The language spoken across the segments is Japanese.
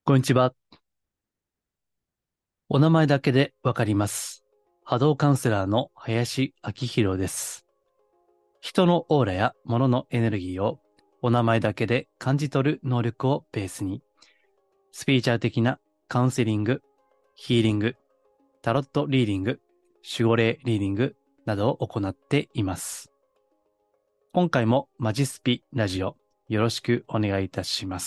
こんにちは。お名前だけでわかります。波動カウンセラーの林明宏です。人のオーラや物のエネルギーをお名前だけで感じ取る能力をベースに、スピリチュアル的なカウンセリング、ヒーリング、タロットリーディング、守護霊リーディングなどを行っています。今回もマジスピラジオよろしくお願いいたします。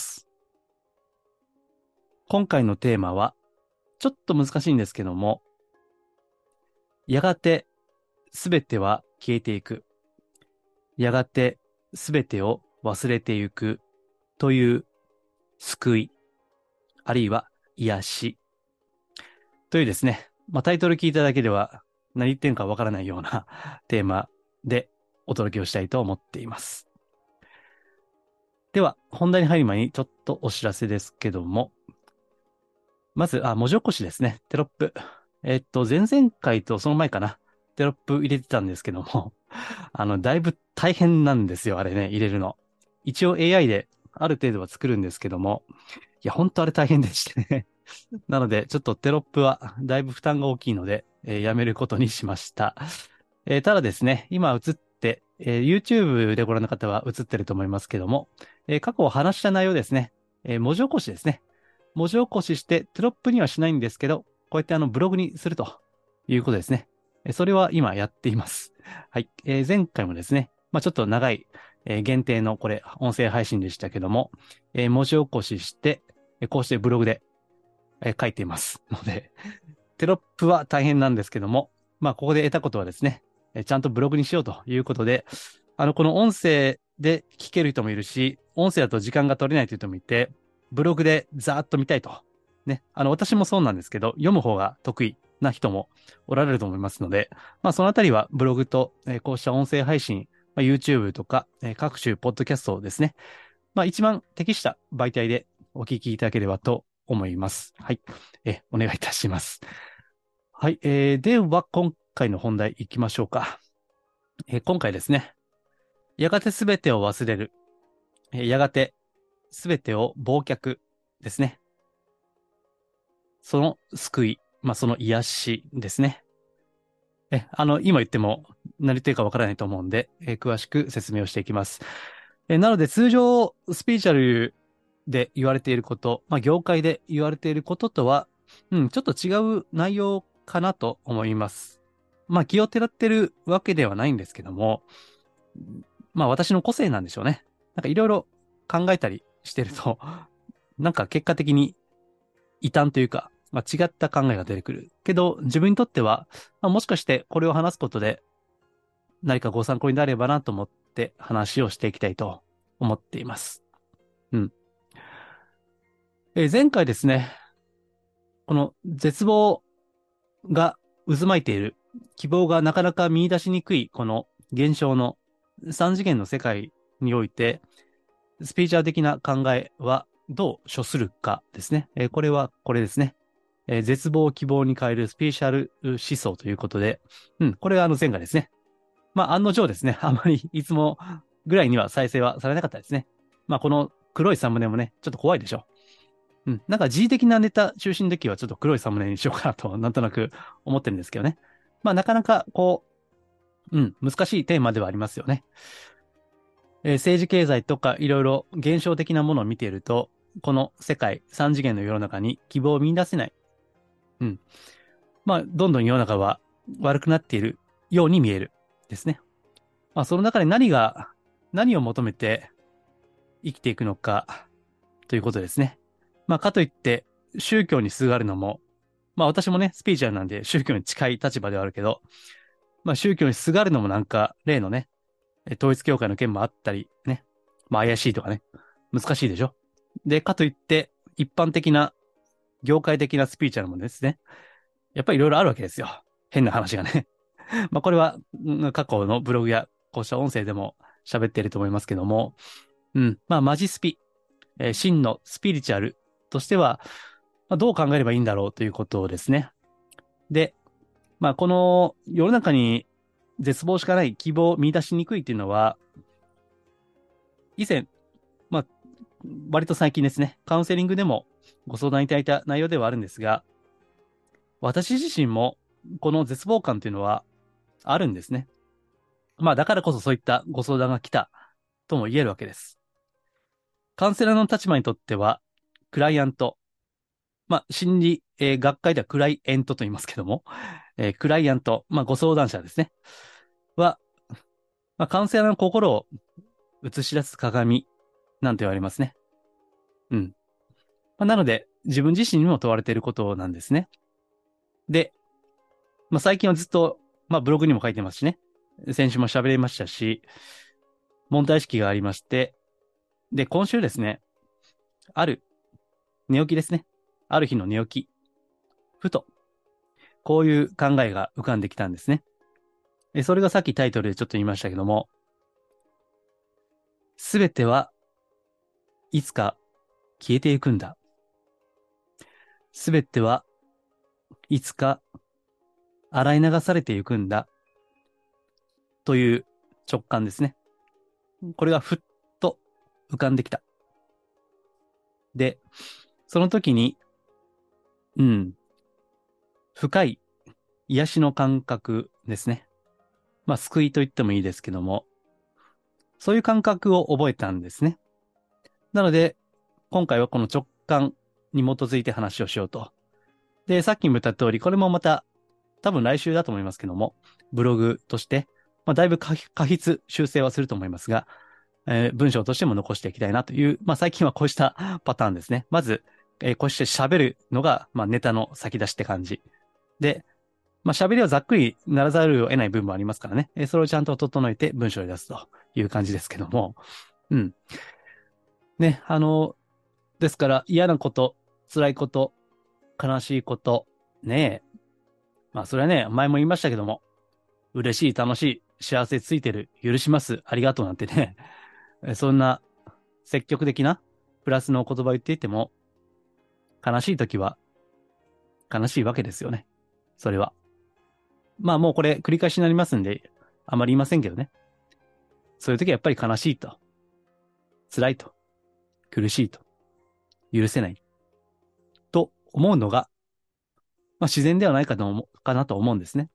今回のテーマはちょっと難しいんですけども、やがてすべては消えていく。やがてすべてを忘れていくという救い、あるいは癒しというですね、タイトル聞いただけでは何言ってんかわからないようなテーマでお届けをしたいと思っています。では、本題に入る前にちょっとお知らせですけども、まず、文字起こしですね。テロップ。前々回とその前かな。テロップ入れてたんですけども、だいぶ大変なんですよ、あれね、入れるの。一応 AI である程度は作るんですけども、いや、本当あれ大変でしてね。なので、ちょっとテロップはだいぶ負担が大きいので、やめることにしました。ただですね、今映って、YouTube でご覧の方は映ってると思いますけども、過去話した内容ですね、文字起こしですね。文字起こししてテロップにはしないんですけど、こうやってブログにするということですね。それは今やっています。はい。前回もですね、ちょっと長い、限定のこれ、音声配信でしたけども、文字起こしして、こうしてブログで、書いていますので、テロップは大変なんですけども、ここで得たことはですね、ちゃんとブログにしようということで、この音声で聞ける人もいるし、音声だと時間が取れないという人もいて、ブログでざーっと見たいと。ね。私もそうなんですけど、読む方が得意な人もおられると思いますので、そのあたりはブログと、こうした音声配信、YouTube とか、各種ポッドキャストをですね、一番適した媒体でお聞きいただければと思います。はい。お願いいたします。はい。では、今回の本題行きましょうか。今回ですね、やがてすべてを忘れる。やがてすべてを忘却ですね。その救い、その癒しですね。今言っても何言ってるかわからないと思うんで、詳しく説明をしていきます。なので、通常、スピリチュアルで言われていること、業界で言われていることとは、ちょっと違う内容かなと思います。気をてらってるわけではないんですけども、私の個性なんでしょうね。なんかいろいろ考えたりしてると、なんか結果的に異端というか、違った考えが出てくる。けど、自分にとっては、もしかしてこれを話すことで何かご参考になればなと思って話をしていきたいと思っています。うん。前回ですね、この絶望が渦巻いている、希望がなかなか見出しにくいこの現象の三次元の世界において、スピリチュアル的な考えはどう処するかですね。これはこれですね。絶望を希望に変えるスピリチュアル思想ということで、これは前回ですね。案の定ですね。あまりいつもぐらいには再生はされなかったですね。この黒いサムネもね、ちょっと怖いでしょ。なんか G 的なネタ中心の時はちょっと黒いサムネにしようかなと、なんとなく思ってるんですけどね。なかなかこう、難しいテーマではありますよね。政治経済とかいろいろ現象的なものを見ていると、この世界、三次元の世の中に希望を見出せない。うん。どんどん世の中は悪くなっているように見えるですね。その中で何を求めて生きていくのかということですね。かといって、宗教にすがるのも、私もね、スピーチャーなんで宗教に近い立場ではあるけど、宗教にすがるのもなんか、例のね、統一教会の件もあったり、ね、怪しいとかね、難しいでしょ。で、かといって、一般的な、業界的なスピーチャーもですね、やっぱりいろいろあるわけですよ。変な話がね。これは、過去のブログや、こうした音声でも喋っていると思いますけども、マジスピ、真のスピリチュアルとしては、どう考えればいいんだろうということをですね。で、この世の中に絶望しかない希望を見出しにくいっていうのは、以前、まあ、割と最近ですね、カウンセリングでもご相談いただいた内容ではあるんですが、私自身もこの絶望感というのはあるんですね。まあだからこそそういったご相談が来たとも言えるわけです。カウンセラーの立場にとっては、クライアント、まあ心理、学会ではクライエントと言いますけども、クライアント、まあご相談者ですね、は、まあ、カウンセラーの心を映し出す鏡なんて言われますね。うん。まあ、なので、自分自身にも問われていることなんですね。で、まあ、最近はずっと、まあ、ブログにも書いてますしね。先週も喋りましたし、問題意識がありまして、で、今週ですね、ある寝起きですね。ある日の寝起き、ふと、こういう考えが浮かんできたんですね。それがさっきタイトルでちょっと言いましたけども、すべてはいつか消えていくんだ。すべてはいつか洗い流されていくんだ。という直感ですね。これがふっと浮かんできた。で、その時に、うん、深い癒しの感覚ですね。まあ、救いと言ってもいいですけども、そういう感覚を覚えたんですね。なので、今回はこの直感に基づいて話をしようと。で、さっきも言った通り、これもまた、多分来週だと思いますけども、ブログとして、まあ、だいぶ過筆修正はすると思いますが、文章としても残していきたいなという、まあ最近はこうしたパターンですね。まず、こうして喋るのが、まあネタの先出しって感じ。で、まあ喋りはざっくりならざるを得ない部分もありますからね。それをちゃんと整えて文章に出すという感じですけども。うん。ね、ですから嫌なこと、辛いこと、悲しいこと、ねえ。まあそれはね、前も言いましたけども、嬉しい、楽しい、幸せついてる、許します、ありがとうなんてね、そんな積極的なプラスの言葉を言っていても、悲しい時は悲しいわけですよね。それは。まあもうこれ繰り返しになりますんで、あまり言いませんけどね。そういう時はやっぱり悲しいと、辛いと、苦しいと、許せないと思うのが、まあ自然ではないかかなと思うんですね。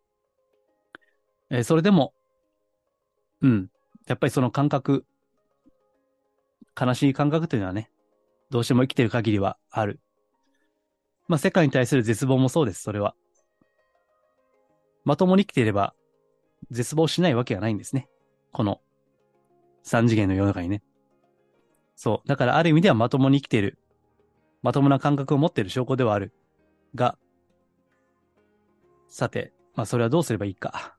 それでも、うん。やっぱりその感覚、悲しい感覚というのはね、どうしても生きている限りはある。まあ世界に対する絶望もそうです、それは。まともに生きていれば絶望しないわけがないんですね。この三次元の世の中にね。そう。だからある意味ではまともに生きている。まともな感覚を持っている証拠ではある。が、さて、まあそれはどうすればいいか。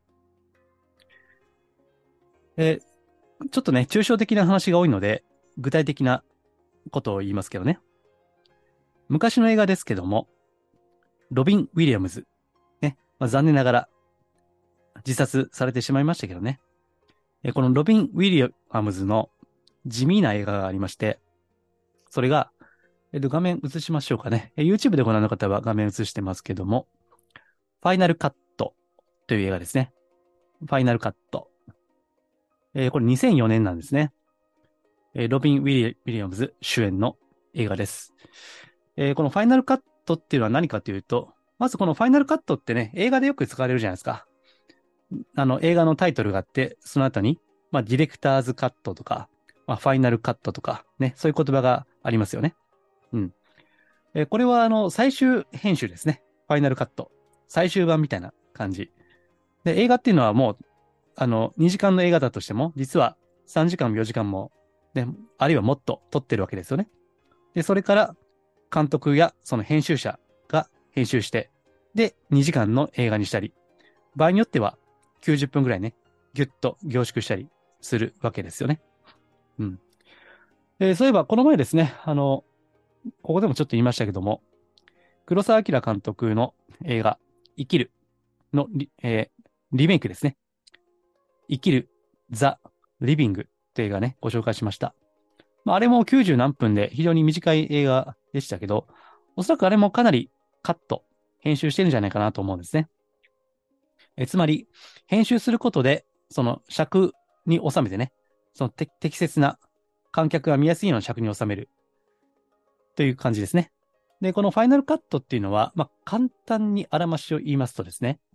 ちょっとね、抽象的な話が多いので、具体的なことを言いますけどね。昔の映画ですけども、ロビン・ウィリアムズ。ね。まあ、残念ながら自殺されてしまいましたけどね。このロビン・ウィリアムズの地味な映画がありまして、それが、画面映しましょうかね。YouTube でご覧の方は画面映してますけども、ファイナルカットという映画ですね。ファイナルカット。これ2004年なんですね。ロビン・ウィリアムズ主演の映画です。このファイナルカットっていうのは何かというと、まずこのファイナルカットってね、映画でよく使われるじゃないですか。映画のタイトルがあって、その後に、まあ、ディレクターズカットとか、まあ、ファイナルカットとか、ね、そういう言葉がありますよね。うん。これは最終編集ですね。ファイナルカット。最終版みたいな感じ。で、映画っていうのはもう、2時間の映画だとしても、実は3時間も4時間も、ね、あるいはもっと撮ってるわけですよね。で、それから監督やその編集者が編集して、で、2時間の映画にしたり、場合によっては90分ぐらいね、ぎゅっと凝縮したりするわけですよね。うん。そういえば、この前ですね、ここでもちょっと言いましたけども、黒澤明監督の映画、生きるのリメイクですね。生きる、ザ・リビングという映画ね、ご紹介しました。まあ、あれも90何分で非常に短い映画でしたけど、おそらくあれもかなりカット、編集してるんじゃないかなと思うんですね。つまり、編集することで、その尺に収めてね、その適切な観客が見やすいような尺に収めるという感じですね。で、このファイナルカットっていうのは、まあ、簡単にあらましを言いますとですね、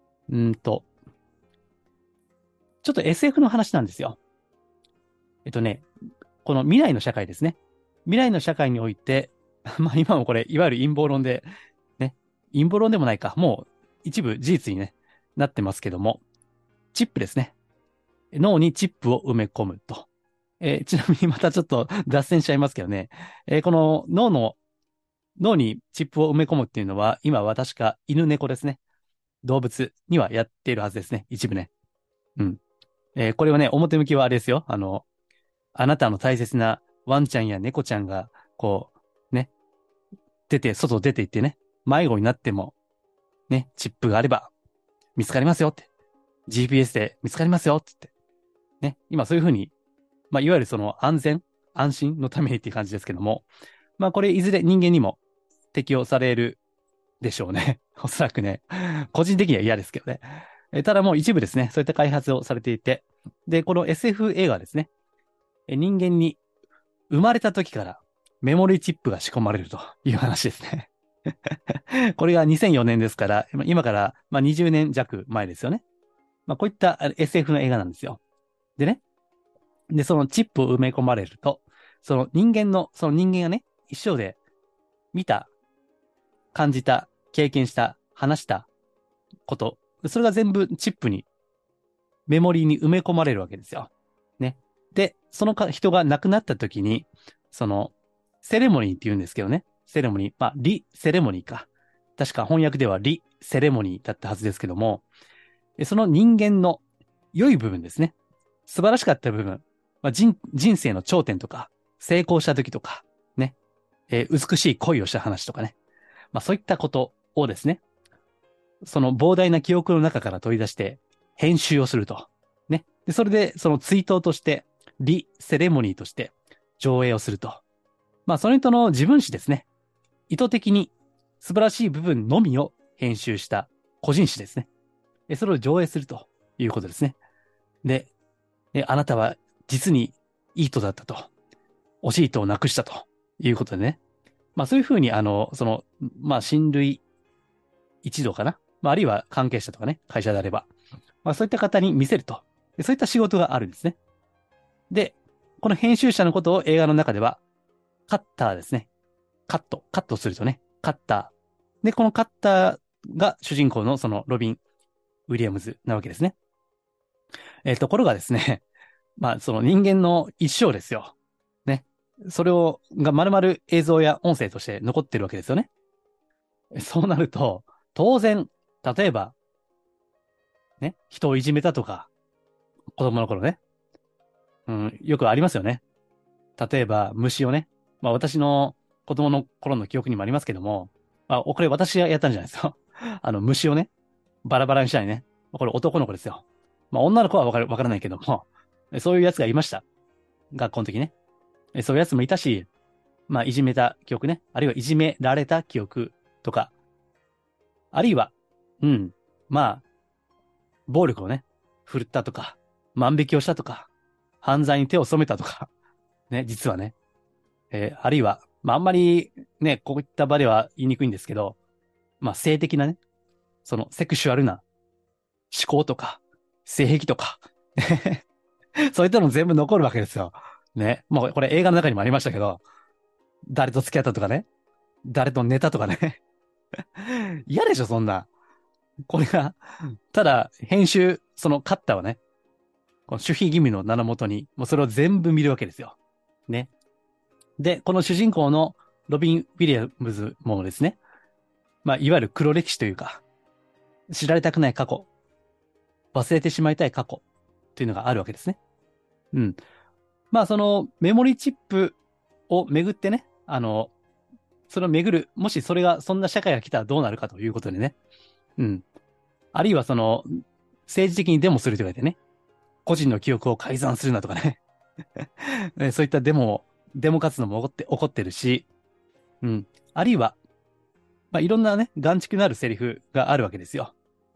ちょっと SF の話なんですよ。ね、この未来の社会ですね。未来の社会において、まあ今もこれ、いわゆる陰謀論で、ね、陰謀論でもないか、もう一部事実にね、なってますけども、チップですね。脳にチップを埋め込むと。ちなみにまたちょっと脱線しちゃいますけどね、この脳にチップを埋め込むっていうのは、今は確か犬猫ですね。動物にはやっているはずですね。一部ね。うん。これはね、表向きはあれですよ。あなたの大切なワンちゃんや猫ちゃんが、こう、ね、外出て行ってね、迷子になっても、ね、チップがあれば見つかりますよって。GPS で見つかりますよって言って。ね、今そういうふうに、まあ、いわゆるその安全、安心のためにっていう感じですけども、まあ、これいずれ人間にも適用されるでしょうね。おそらくね。個人的には嫌ですけどね。ただもう一部ですね、そういった開発をされていて、で、この SF 映画はですね、人間に生まれた時からメモリーチップが仕込まれるという話ですね。これが2004年ですから、今からまあ20年弱前ですよね。まあこういった SF の映画なんですよ。でね、で、そのチップを埋め込まれると、その人間がね、一生で見た、感じた、経験した、話したこと、それが全部チップに、メモリーに埋め込まれるわけですよ。ね。で、その人が亡くなった時に、その、セレモニーって言うんですけどね。セレモニー。まあ、リセレモニーか。確か翻訳ではリセレモニーだったはずですけども、その人間の良い部分ですね。素晴らしかった部分。まあ、人生の頂点とか、成功した時とか、ね。美しい恋をした話とかね。まあ、そういったことをですね、その膨大な記憶の中から取り出して編集をすると。ね。で、それでその追悼として、リセレモニーとして上映をすると。まあ、その人の自分史ですね。意図的に素晴らしい部分のみを編集した個人史ですね。それを上映するということですね。で、あなたは実にいい人だったと。惜しい人を亡くしたということでね。まあそういうふうに、まあ親類一同かな。まああるいは関係者とかね、会社であれば。まあそういった方に見せると。そういった仕事があるんですね。で、この編集者のことを映画の中では、カッターですね。カットするとね、カッター。で、このカッターが主人公のそのロビン・ウィリアムズなわけですね。ところがですね、まあその人間の一生ですよ。ね。それが丸々映像や音声として残ってるわけですよね。そうなると、当然、例えば、ね、人をいじめたとか、子供の頃ね、うん、よくありますよね。例えば、虫をね、まあ私の子供の頃の記憶にもありますけども、まあ、これ私がやったんじゃないですよ。虫をね、バラバラにしたりね。これ男の子ですよ。まあ女の子はわからないけども、そういうやつがいました。学校の時ね。そういうやつもいたし、まあいじめた記憶ね。あるいはいじめられた記憶とか、あるいは、うん、まあ、暴力をね、振るったとか、万引きをしたとか、犯罪に手を染めたとか、ね、実はね。あるいは、まあ、あんまりね、こういった場では言いにくいんですけど、まあ、性的なね、そのセクシュアルな思考とか、性癖とか、そういったの全部残るわけですよ。ね。もうこれ映画の中にもありましたけど、誰と付き合ったとかね、誰と寝たとかね。嫌でしょ、そんな。これが、ただ、そのカッターはね、この守秘義務の名のもとに、もうそれを全部見るわけですよ。ね。で、この主人公のロビン・ウィリアムズもですね、まあ、いわゆる黒歴史というか、知られたくない過去、忘れてしまいたい過去というのがあるわけですね。うん。まあ、そのメモリチップをめぐってね、それをめぐる、もしそんな社会が来たらどうなるかということでね。うん。あるいは政治的にデモするとか言ってね、個人の記憶を改ざんするなとかね。そういったデモ活動も起こってるし、うん。あるいは、まあ、いろんなね、眼蓄のあるセリフがあるわけですよ。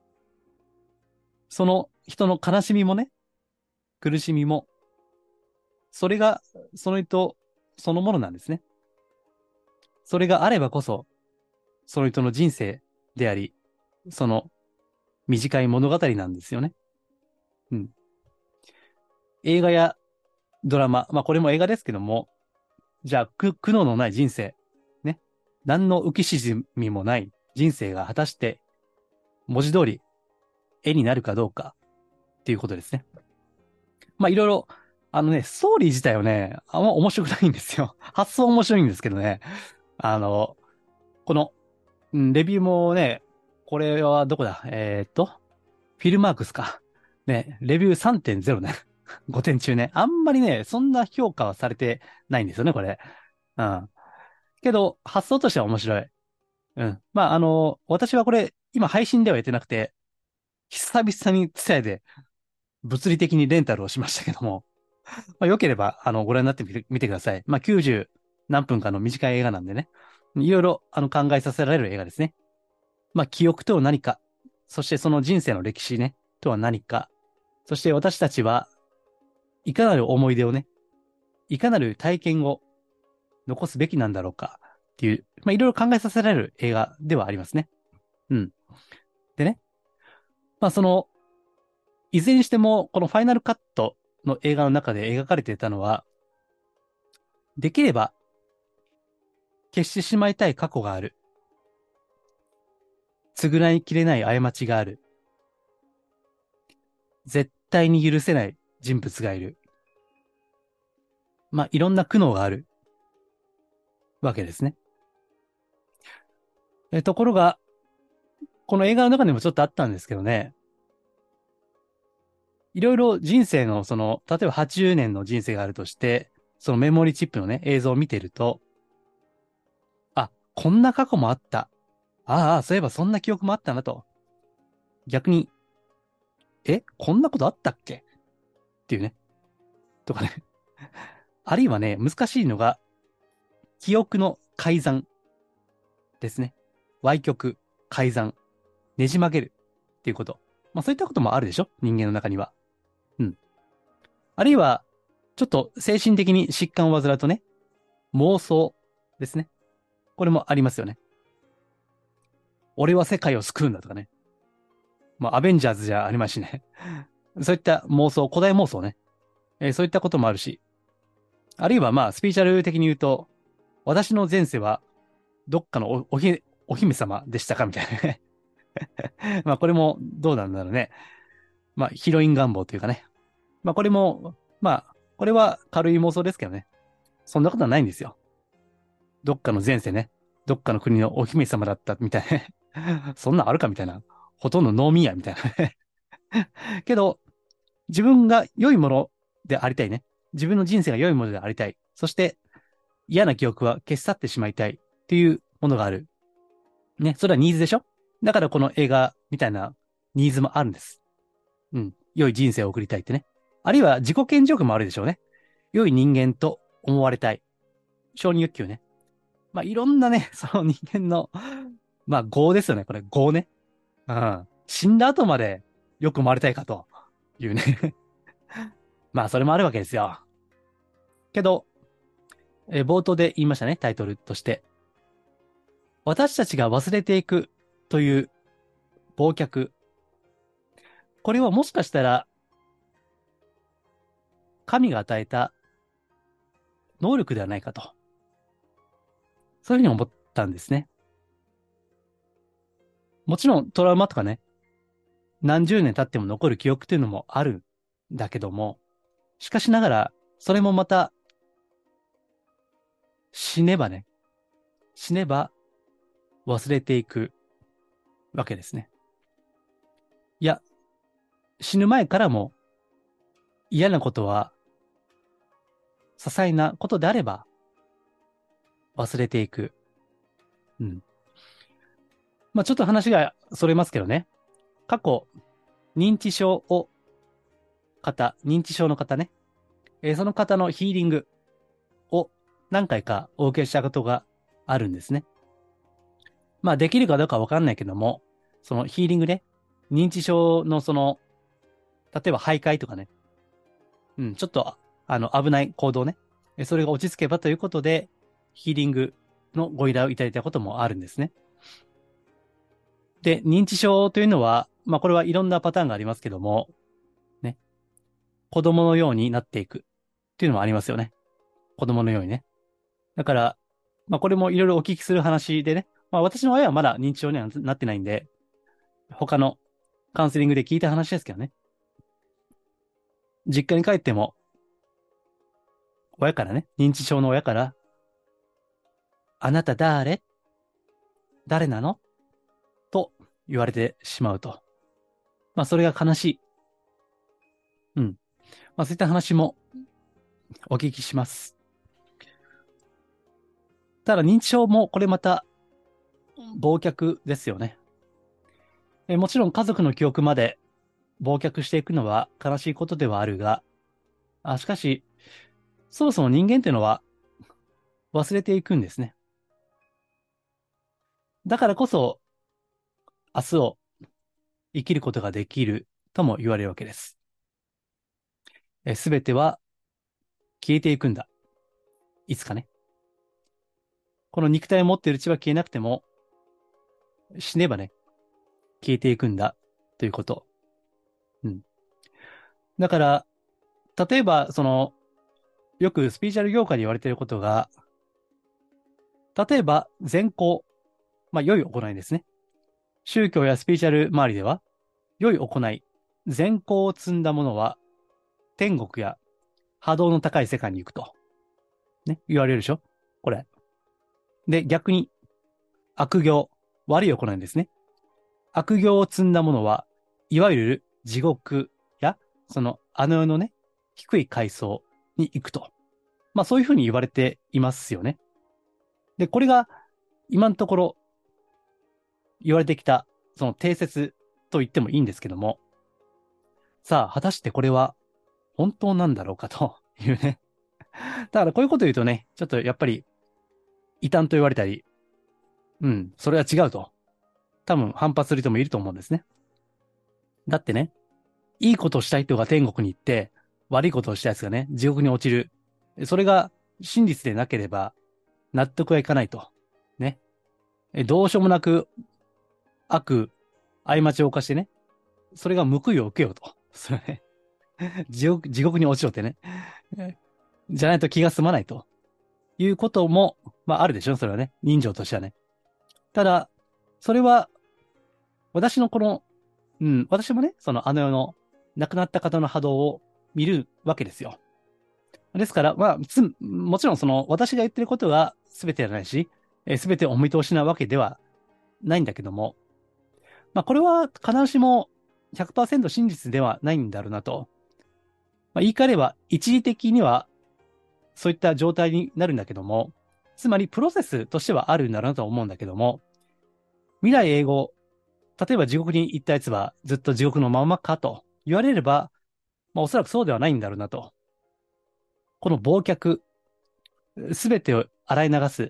その人の悲しみもね、苦しみも、それが、その人そのものなんですね。 それがあればこそ、その人の人生であり、その短い物語なんですよね。うん。映画やドラマ、まあこれも映画ですけども、じゃあ苦悩のない人生、ね。何の浮き沈みもない人生が果たして文字通り絵になるかどうかっていうことですね。まあいろいろ、ストーリー自体はね、あんま面白くないんですよ。発想面白いんですけどね。あの、この、レビューもね、これはどこだフィルマークスか。ね、レビュー3.0ね。5点中ね。あんまりね、そんな評価はされてないんですよね、これ。うん。けど、発想としては面白い。うん。まあ、私はこれ、今配信ではやってなくて、久々にツタヤで物理的にレンタルをしましたけども、まあ、よければ、ご覧になってみてください。まあ、90何分かの短い映画なんでね。いろいろ、考えさせられる映画ですね。まあ、記憶とは何か、そしてその人生の歴史ね、とは何か、そして私たちはいかなる思い出をね、いかなる体験を残すべきなんだろうかっていう、まあ、いろいろ考えさせられる映画ではありますね。うん。でね、まあ、いずれにしても、このファイナルカットの映画の中で描かれていたのは、できれば消してしまいたい過去がある。償いきれない過ちがある。絶対に許せない人物がいる。まあ、いろんな苦悩があるわけですね。ところが、この映画の中にもちょっとあったんですけどね、いろいろ人生の例えば80年の人生があるとして、そのメモリチップのね、映像を見てると、あ、こんな過去もあった。ああ、そういえばそんな記憶もあったなと。逆に、こんなことあったっけっていうね。とかね。あるいはね、難しいのが、記憶の改ざんですね。歪曲、改ざん、ねじ曲げるっていうこと。まあそういったこともあるでしょ人間の中には。うん。あるいは、ちょっと精神的に疾患を患うとね、妄想ですね。これもありますよね。俺は世界を救うんだとかね。まあ、アベンジャーズじゃありますしね。そういった妄想、古代妄想ね。そういったこともあるし。あるいはまあ、スピーチャル的に言うと、私の前世はどっかのお姫様でしたかみたいなね。まあ、これもどうなんだろうね。まあ、ヒロイン願望というかね。まあ、これも、まあ、これは軽い妄想ですけどね。そんなことはないんですよ。どっかの前世ね。どっかの国のお姫様だったみたいな。そんなんあるかみたいな。ほとんどノーミーやみたいな。けど、自分が良いものでありたいね。自分の人生が良いものでありたい。そして嫌な記憶は消し去ってしまいたいっていうものがある。ね。それはニーズでしょだからこの映画みたいなニーズもあるんです。うん。良い人生を送りたいってね。あるいは自己顕示欲もあるでしょうね。良い人間と思われたい。承認欲求ね。まあ、いろんなね、その人間の、まあ、業ですよね。これ、業ね。うん。死んだ後までよく思われたいかというね。まあ、それもあるわけですよ。けど、冒頭で言いましたね、タイトルとして。私たちが忘れていくという忘却。これはもしかしたら、神が与えた能力ではないかと。そういうふうに思ったんですね。もちろんトラウマとかね、何十年経っても残る記憶というのもあるんだけども、しかしながら、それもまた死ねばね、死ねば忘れていくわけですね。いや、死ぬ前からも嫌なことは些細なことであれば忘れていく。うん。まあちょっと話がそれますけどね。過去、認知症を認知症の方ね。その方のヒーリングを何回かお受けしたことがあるんですね。まあできるかどうかわかんないけども、そのヒーリングね、認知症の例えば徘徊とかね、うん、ちょっと、危ない行動ね。それが落ち着けばということで、ヒーリングのご依頼をいただいたこともあるんですね。で、認知症というのは、まあこれはいろんなパターンがありますけども、ね、子供のようになっていくっていうのもありますよね。子供のようにね。だから、まあこれもいろいろお聞きする話でね、まあ私の親はまだ認知症にはなってないんで、他のカウンセリングで聞いた話ですけどね。実家に帰っても、親からね、認知症の親から、あなた誰なのと言われてしまうと。まあそれが悲しい。うん。まあそういった話もお聞きします。ただ認知症もこれまた忘却ですよね。もちろん家族の記憶まで忘却していくのは悲しいことではあるが、しかし、そもそも人間っていうのは忘れていくんですね。だからこそ明日を生きることができるとも言われるわけです。すべては消えていくんだ。いつかね。この肉体を持っているうちは消えなくても、死ねばね、消えていくんだということ。うん。だから、例えば、よくスピーチュアル業界で言われていることが、例えば、善行、まあ、良い行いですね。宗教やスピーチュアル周りでは、良い行い、善行を積んだものは、天国や波動の高い世界に行くと。ね、言われるでしょこれ。で、逆に、悪行、悪い行いですね。悪行を積んだものは、いわゆる地獄や、あの世のね、低い階層に行くと。まあそういうふうに言われていますよね。で、これが今のところ言われてきた、その定説と言ってもいいんですけども、さあ、果たしてこれは本当なんだろうかというね。だからこういうこと言うとね、ちょっとやっぱり異端と言われたり、うん、それは違うと。多分反発する人もいると思うんですね。だってね、いいことをした人が天国に行って、悪いことをしたやつがね、地獄に落ちる。それが真実でなければ納得はいかないと。ね。どうしようもなく過ちを犯してね、それが報いを受けようと。それね、地獄に落ちろってね。じゃないと気が済まないということも、まああるでしょ、それはね。人情としてはね。ただ、それは、私の私もね、あの世の亡くなった方の波動を見るわけですよ。ですから、まあ、もちろん私が言ってることが全てじゃないし、全てお見通しなわけではないんだけども、まあ、これは必ずしも100%真実ではないんだろうなと。まあ、言い換えれば、一時的にはそういった状態になるんだけども、つまりプロセスとしてはあるんだろうなと思うんだけども、未来永劫、例えば地獄に行ったやつはずっと地獄のままかと言われれば、まあ、おそらくそうではないんだろうなと。この忘却、すべてを洗い流す、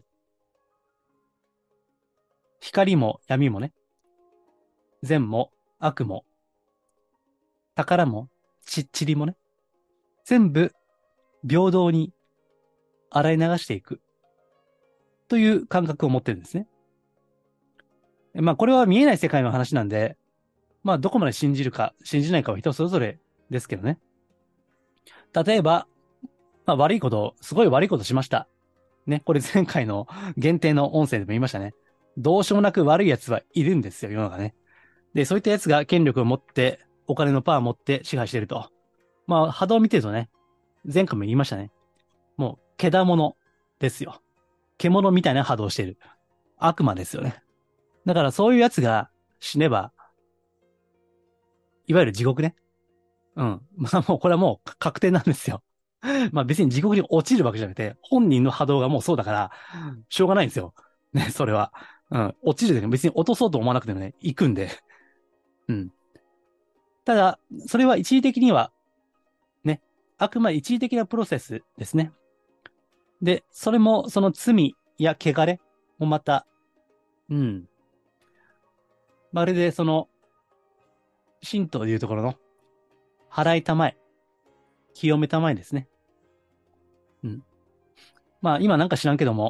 光も闇もね、善も悪も、宝も塵もね、全部平等に洗い流していくという感覚を持ってるんですね。まあこれは見えない世界の話なんで、まあどこまで信じるか信じないかは人それぞれですけどね。例えば、まあ悪いこと、すごい悪いことしました。ね、これ前回の限定の音声でも言いましたね。どうしようもなく悪い奴はいるんですよ、世の中ね。で、そういった奴が権力を持って、お金のパワーを持って支配してると。まあ波動を見てるとね、前回も言いましたね。もう、けだものですよ。獣みたいな波動をしている。悪魔ですよね。だからそういう奴が死ねば、いわゆる地獄ね。うん。まあもうこれはもう確定なんですよ。まあ別に地獄に落ちるわけじゃなくて、本人の波動がもうそうだから、しょうがないんですよ。ね、それは。うん。落ちるで別に落とそうと思わなくてもね、行くんで。うん。ただ、それは一時的には、ね、あくまで一時的なプロセスですね。で、それもその罪や汚れもまた、うん。まるで神道でいうところの、払いたまえ、清めたまえですね。うん。まあ今なんか知らんけども、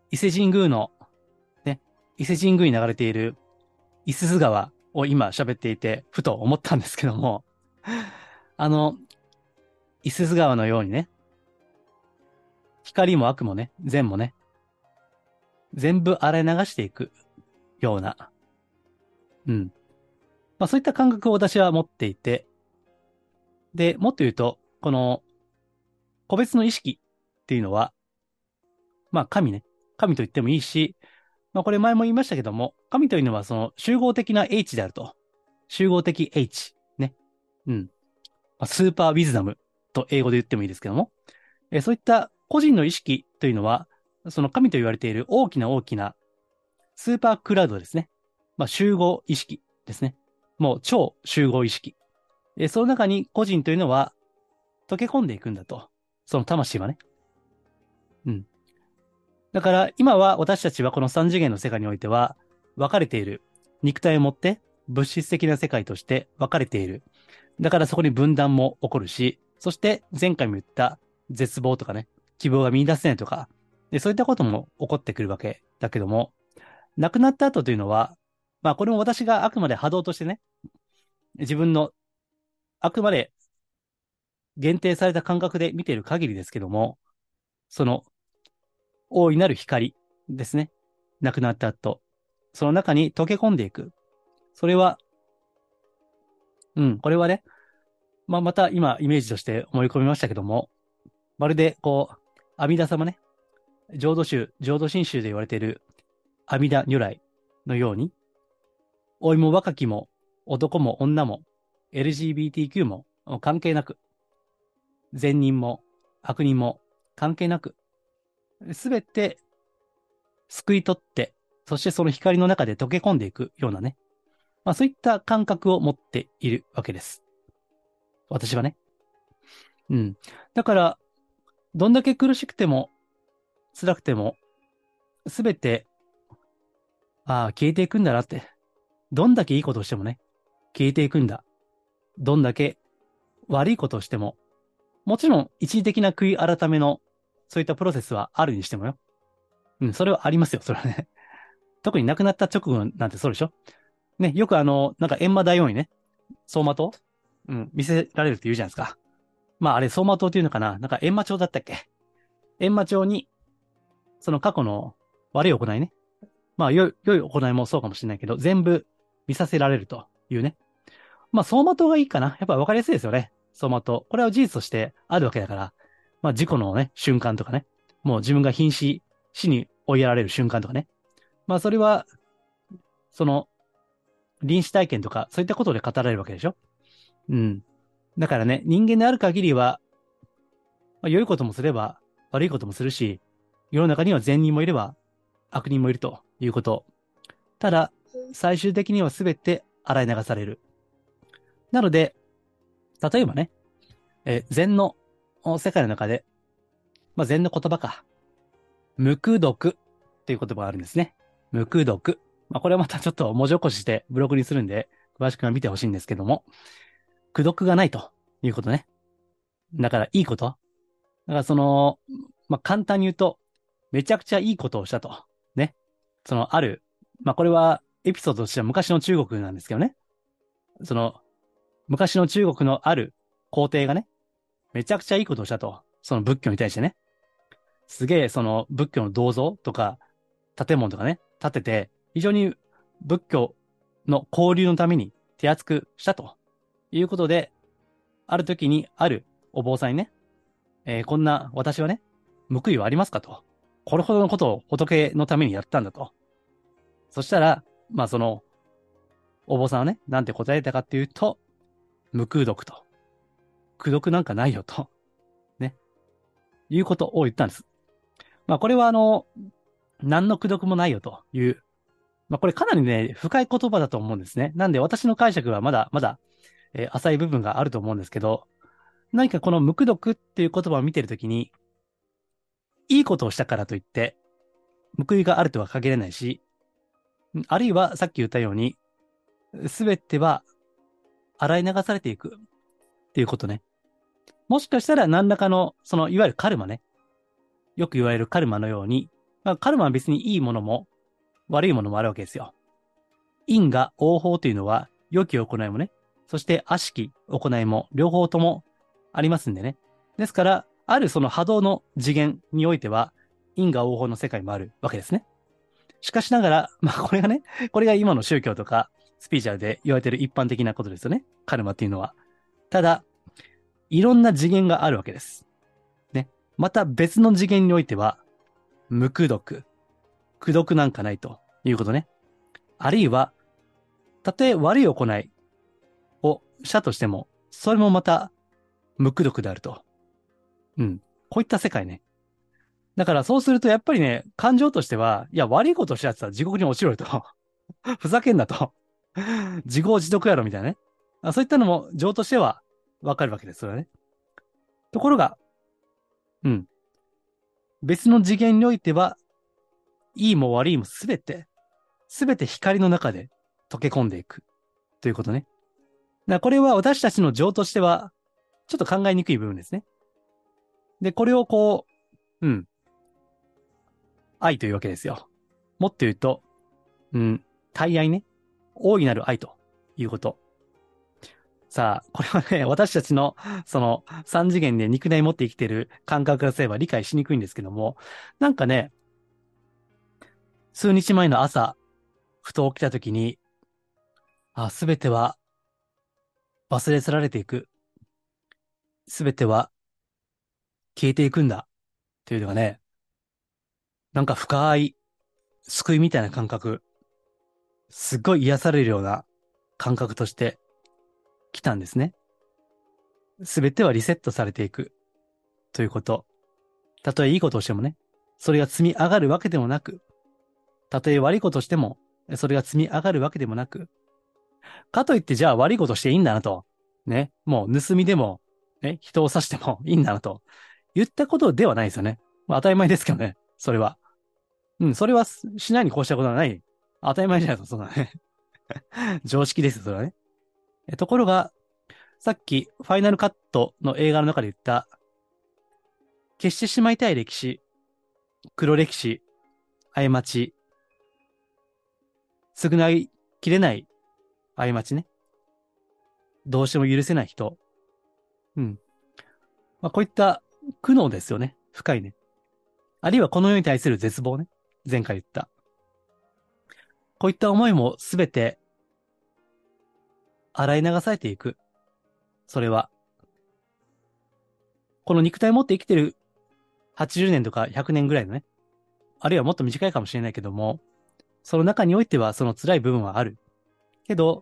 伊勢神宮の、ね、伊勢神宮に流れている伊勢津川を今喋っていて、ふと思ったんですけども、あの、伊勢津川のようにね、光も悪もね、善もね、全部洗い流していくような、うん。まあそういった感覚を私は持っていて、で、もっと言うと、この個別の意識っていうのは、まあ神ね、神と言ってもいいし、まあこれ前も言いましたけども、神というのはその集合的な H であると。集合的 H。ね。うん。まあスーパーウィズダムと英語で言ってもいいですけども、そういった個人の意識というのは、その神と言われている大きな大きなスーパークラウドですね。まあ集合意識ですね。もう超集合意識。その中に個人というのは溶け込んでいくんだと。その魂はね。うん。だから今は私たちはこの三次元の世界においては分かれている。肉体を持って物質的な世界として分かれている。だからそこに分断も起こるし、そして前回も言った絶望とかね、希望が見出せないとか、そういったことも起こってくるわけだけども、亡くなった後というのは、まあこれも私があくまで波動としてね、自分のあくまで限定された感覚で見ている限りですけども、その大いなる光ですね。亡くなった後、その中に溶け込んでいく。それは、これはね、まあ、また今イメージとして思い込みましたけども、まるでこう、阿弥陀様ね、浄土真宗で言われている阿弥陀如来のように、老いも若きも男も女も LGBTQ も関係なく、善人も悪人も関係なく、すべて救い取って、そしてその光の中で溶け込んでいくようなね、まあそういった感覚を持っているわけです。私はね。うん。だから、どんだけ苦しくても辛くても、すべて、ああ、消えていくんだなって。どんだけいいことをしてもね、消えていくんだ。どんだけ悪いことをしても、もちろん一時的な悔い改めの、そういったプロセスはあるにしてもよ。それはありますよ、それはね。特に亡くなった直後なんてそうでしょ。ね、よくなんか閻魔大王にね、走馬灯見せられるって言うじゃないですか。まああれ走馬灯っていうのかななんか閻魔帳だったっけ。閻魔帳に、その過去の悪い行いね。まあ良い行いもそうかもしれないけど、全部見させられるというね。まあ走馬灯がいいかな。やっぱ分かりやすいですよね。走馬灯。これは事実としてあるわけだから。まあ事故のね、瞬間とかね。もう自分が死に追いやられる瞬間とかね。まあそれは、その、臨死体験とか、そういったことで語られるわけでしょ。うん。だからね、人間である限りは、まあ、良いこともすれば悪いこともするし、世の中には善人もいれば悪人もいるということ。ただ、最終的には全て洗い流される。なので、例えばね、禅の世界の中で、まあ、禅の言葉か。無垢毒っていう言葉があるんですね。無垢毒。まあ、これはまたちょっと文字起こししてブログにするんで、詳しくは見てほしいんですけども、功徳がないということね。だからいいこと。だからその、まあ、簡単に言うと、めちゃくちゃいいことをしたと。ね。その、ある、まあ、これはエピソードとしては昔の中国なんですけどね。その、昔の中国のある皇帝がね、めちゃくちゃいいことをしたと。その仏教に対してね。すげえ、その仏教の銅像とか、建物とかね、建てて、非常に仏教の交流のために手厚くしたということで、ある時にあるお坊さんにね、こんな私はね、報いはありますかと。これほどのことを仏のためにやったんだと。そしたら、まあその、お坊さんはね、なんて答えたかっていうと、無空毒と。功徳なんかないよと。ね。いうことを言ったんです。まあこれは何の功徳もないよという、まあこれかなりね、深い言葉だと思うんですね。なんで私の解釈はまだまだ、浅い部分があると思うんですけど、何かこの無垢毒っていう言葉を見てるときに、いいことをしたからといって、報いがあるとは限らないし、あるいはさっき言ったように、すべては洗い流されていくっていうことね。もしかしたら何らかの、その、いわゆるカルマね。よく言われるカルマのように、 まあ、カルマは別にいいものも悪いものもあるわけですよ。因果応報というのは良き行いもね、そして悪しき行いも両方ともありますんでね。ですから、あるその波動の次元においては因果応報の世界もあるわけですね。しかしながら、まあこれがね、これが今の宗教とかスピーチャルで言われている一般的なことですよね。カルマっていうのは。ただ、いろんな次元があるわけです。ね。また別の次元においては、無垢毒、功徳なんかないということね。あるいは、たとえ悪い行いをしたとしても、それもまた無垢毒であると。うん。こういった世界ね。だからそうするとやっぱりね、感情としては、いや、悪いことしたやつは地獄に落ちろよと。ふざけんなと。自業自得やろみたいなね。そういったのも情としてはわかるわけです。それはね。ところが、うん。別の次元においては、いいも悪いもすべて光の中で溶け込んでいく。ということね。だからこれは私たちの情としては、ちょっと考えにくい部分ですね。で、これをこう、愛というわけですよ。もっと言うと、大愛ね。大いなる愛ということ。さあ、これはね、私たちの、その、三次元で肉体持って生きている感覚からすれば理解しにくいんですけども、なんかね、数日前の朝、ふと起きた時に、すべては忘れ去られていく。すべては消えていくんだ。というのがね、なんか深い救いみたいな感覚、すっごい癒されるような感覚として来たんですね。すべてはリセットされていくということ。たとえいいことをしてもね、それが積み上がるわけでもなく、たとえ悪いことをしても、それが積み上がるわけでもなく、かといってじゃあ悪いことしていいんだなと。ね。もう盗みでも、ね、人を刺してもいいんだなと。言ったことではないですよね。まあ当たり前ですけどね。それは。それはしないに越したことはない。当たり前じゃないですか、そんなね。常識ですよ、それはね。ところが、さっき、ファイナルカットの映画の中で言った、消してしまいたい歴史、黒歴史、過ち、償いきれない過ちね。どうしても許せない人。うん。まあ、こういった苦悩ですよね。深いね。あるいはこの世に対する絶望ね。前回言った。こういった思いもすべて洗い流されていく。それは、この肉体を持って生きてる80年とか100年ぐらいのね。あるいはもっと短いかもしれないけども、その中においてはその辛い部分はある。けど、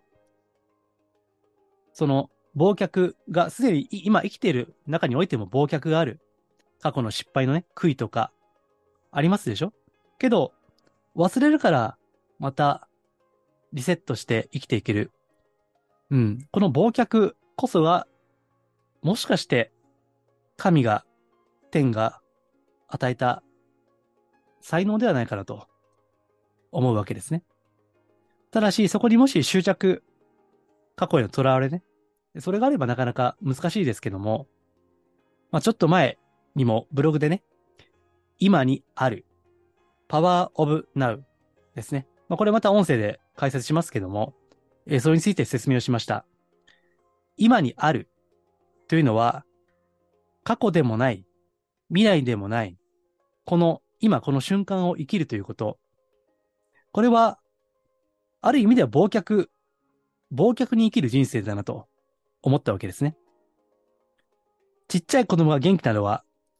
その忘却がすでに今生きている中においても忘却がある。過去の失敗のね、悔いとかありますでしょ。けど、忘れるから、またリセットして生きていける。この忘却こそが、もしかして神が、天が与えた才能ではないかなと思うわけですね。ただし、そこにもし執着、過去への囚われね、それがあればなかなか難しいですけども、まあちょっと前にもブログでね、今にある、パワーオブナウですね。まあこれまた音声で解説しますけども、それについて説明をしました。今にあるというのは、過去でもない、未来でもない、この今この瞬間を生きるということ。これは、ある意味では忘却に生きる人生だなと思ったわけですね。ちっちゃい子供が元気なのは、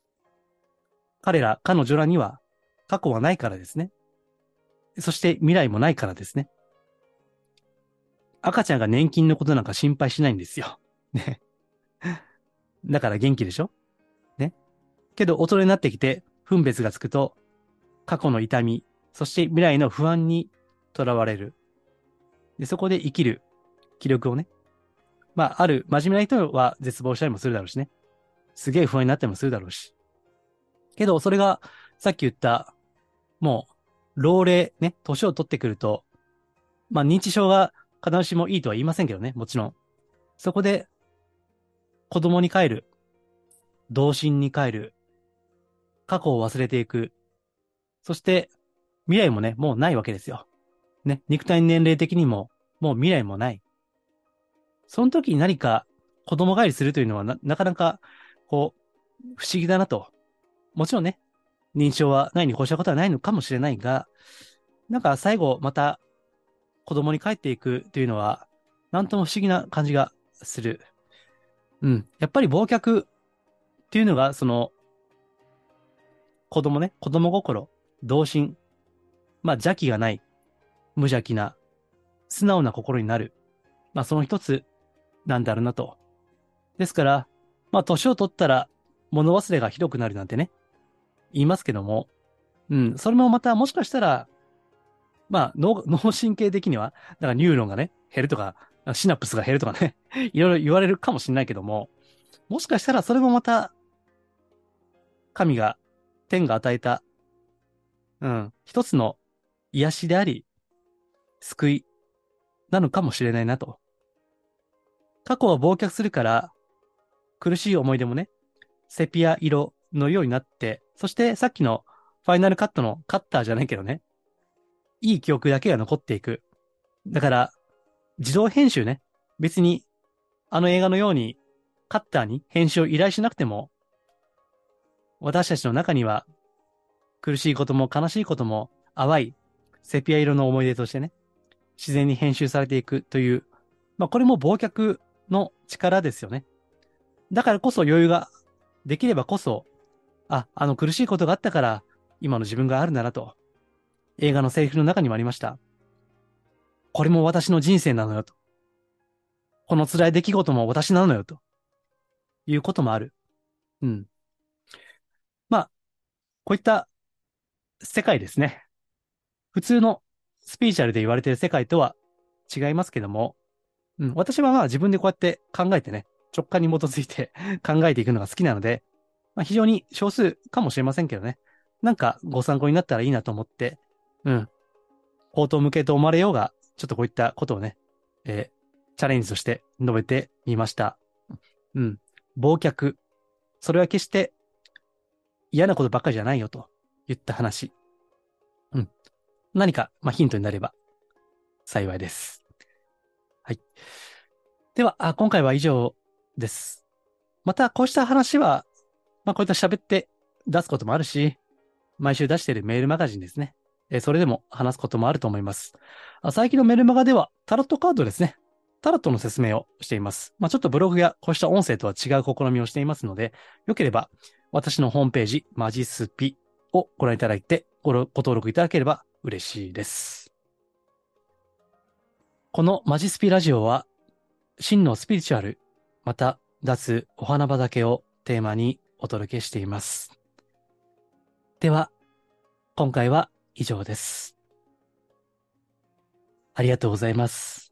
彼女らには過去はないからですね。そして未来もないからですね。赤ちゃんが年金のことなんか心配しないんですよ。ね。だから元気でしょ。ね。けど大人になってきて分別がつくと過去の痛み、そして未来の不安にとらわれる。で、そこで生きる気力をね。まあ、ある真面目な人は絶望したりもするだろうしね。すげえ不安になったりもするだろうし。けど、それがさっき言った、もう、老齢ね、年を取ってくると、まあ、認知症が必ずしもいいとは言いませんけどね、もちろん。そこで、子供に帰る、童心に帰る、過去を忘れていく、 そして未来もね、もうないわけですよ。ね、肉体年齢的にももう未来もない。その時に何か子供返りするというのはなかなかこう不思議だなと。もちろんね、認知症はないに越したことはないのかもしれないが、なんか最後また子供に帰っていくというのは、なんとも不思議な感じがする。うん。やっぱり忘却っていうのが、その子供ね、子供心、童心、まあ邪気がない、無邪気な、素直な心になる。まあその一つなんだろうなと。ですから、まあ年を取ったら物忘れがひどくなるなんてね、言いますけども、うん、それもまたもしかしたら、まあ脳神経的には、だからニューロンがね、減るとか、シナプスが減るとかね、いろいろ言われるかもしれないけども、もしかしたらそれもまた神が、天が与えた、うん、一つの癒しであり、救いなのかもしれないなと。過去を忘却するから、苦しい思い出もね、セピア色のようになって、そしてさっきのファイナルカットのカッターじゃないけどね、いい記憶だけが残っていく。だから、自動編集ね、別にあの映画のようにカッターに編集を依頼しなくても、私たちの中には苦しいことも悲しいことも淡いセピア色の思い出としてね、自然に編集されていくという、まあこれも忘却の力ですよね。だからこそ余裕ができればこそ、あの苦しいことがあったから今の自分があるんだなと、映画のセリフの中にもありました。これも私の人生なのよと。この辛い出来事も私なのよということもある。うん。まあ、こういった世界ですね。普通のスピーチャルで言われている世界とは違いますけども、うん、私はまあ自分でこうやって考えてね、直感に基づいて考えていくのが好きなので、まあ、非常に少数かもしれませんけどね。なんかご参考になったらいいなと思って、うん、口頭向けと思われようが、ちょっとこういったことをね、チャレンジとして述べてみました。うん。忘却。それは決して嫌なことばっかりじゃないよと言った話。うん。何か、まあ、ヒントになれば幸いです。はい。では、今回は以上です。また、こうした話は、まあ、こういった喋って出すこともあるし、毎週出しているメールマガジンですね。それでも話すこともあると思います。最近のメルマガでは、タロットカードですね。タロットの説明をしています。まあ、ちょっとブログやこうした音声とは違う試みをしていますので、よければ、私のホームページ、マジスピをご覧いただいてご登録いただければ嬉しいです。このマジスピラジオは、真のスピリチュアル、また脱お花畑をテーマにお届けしています。では、今回は以上です。ありがとうございます。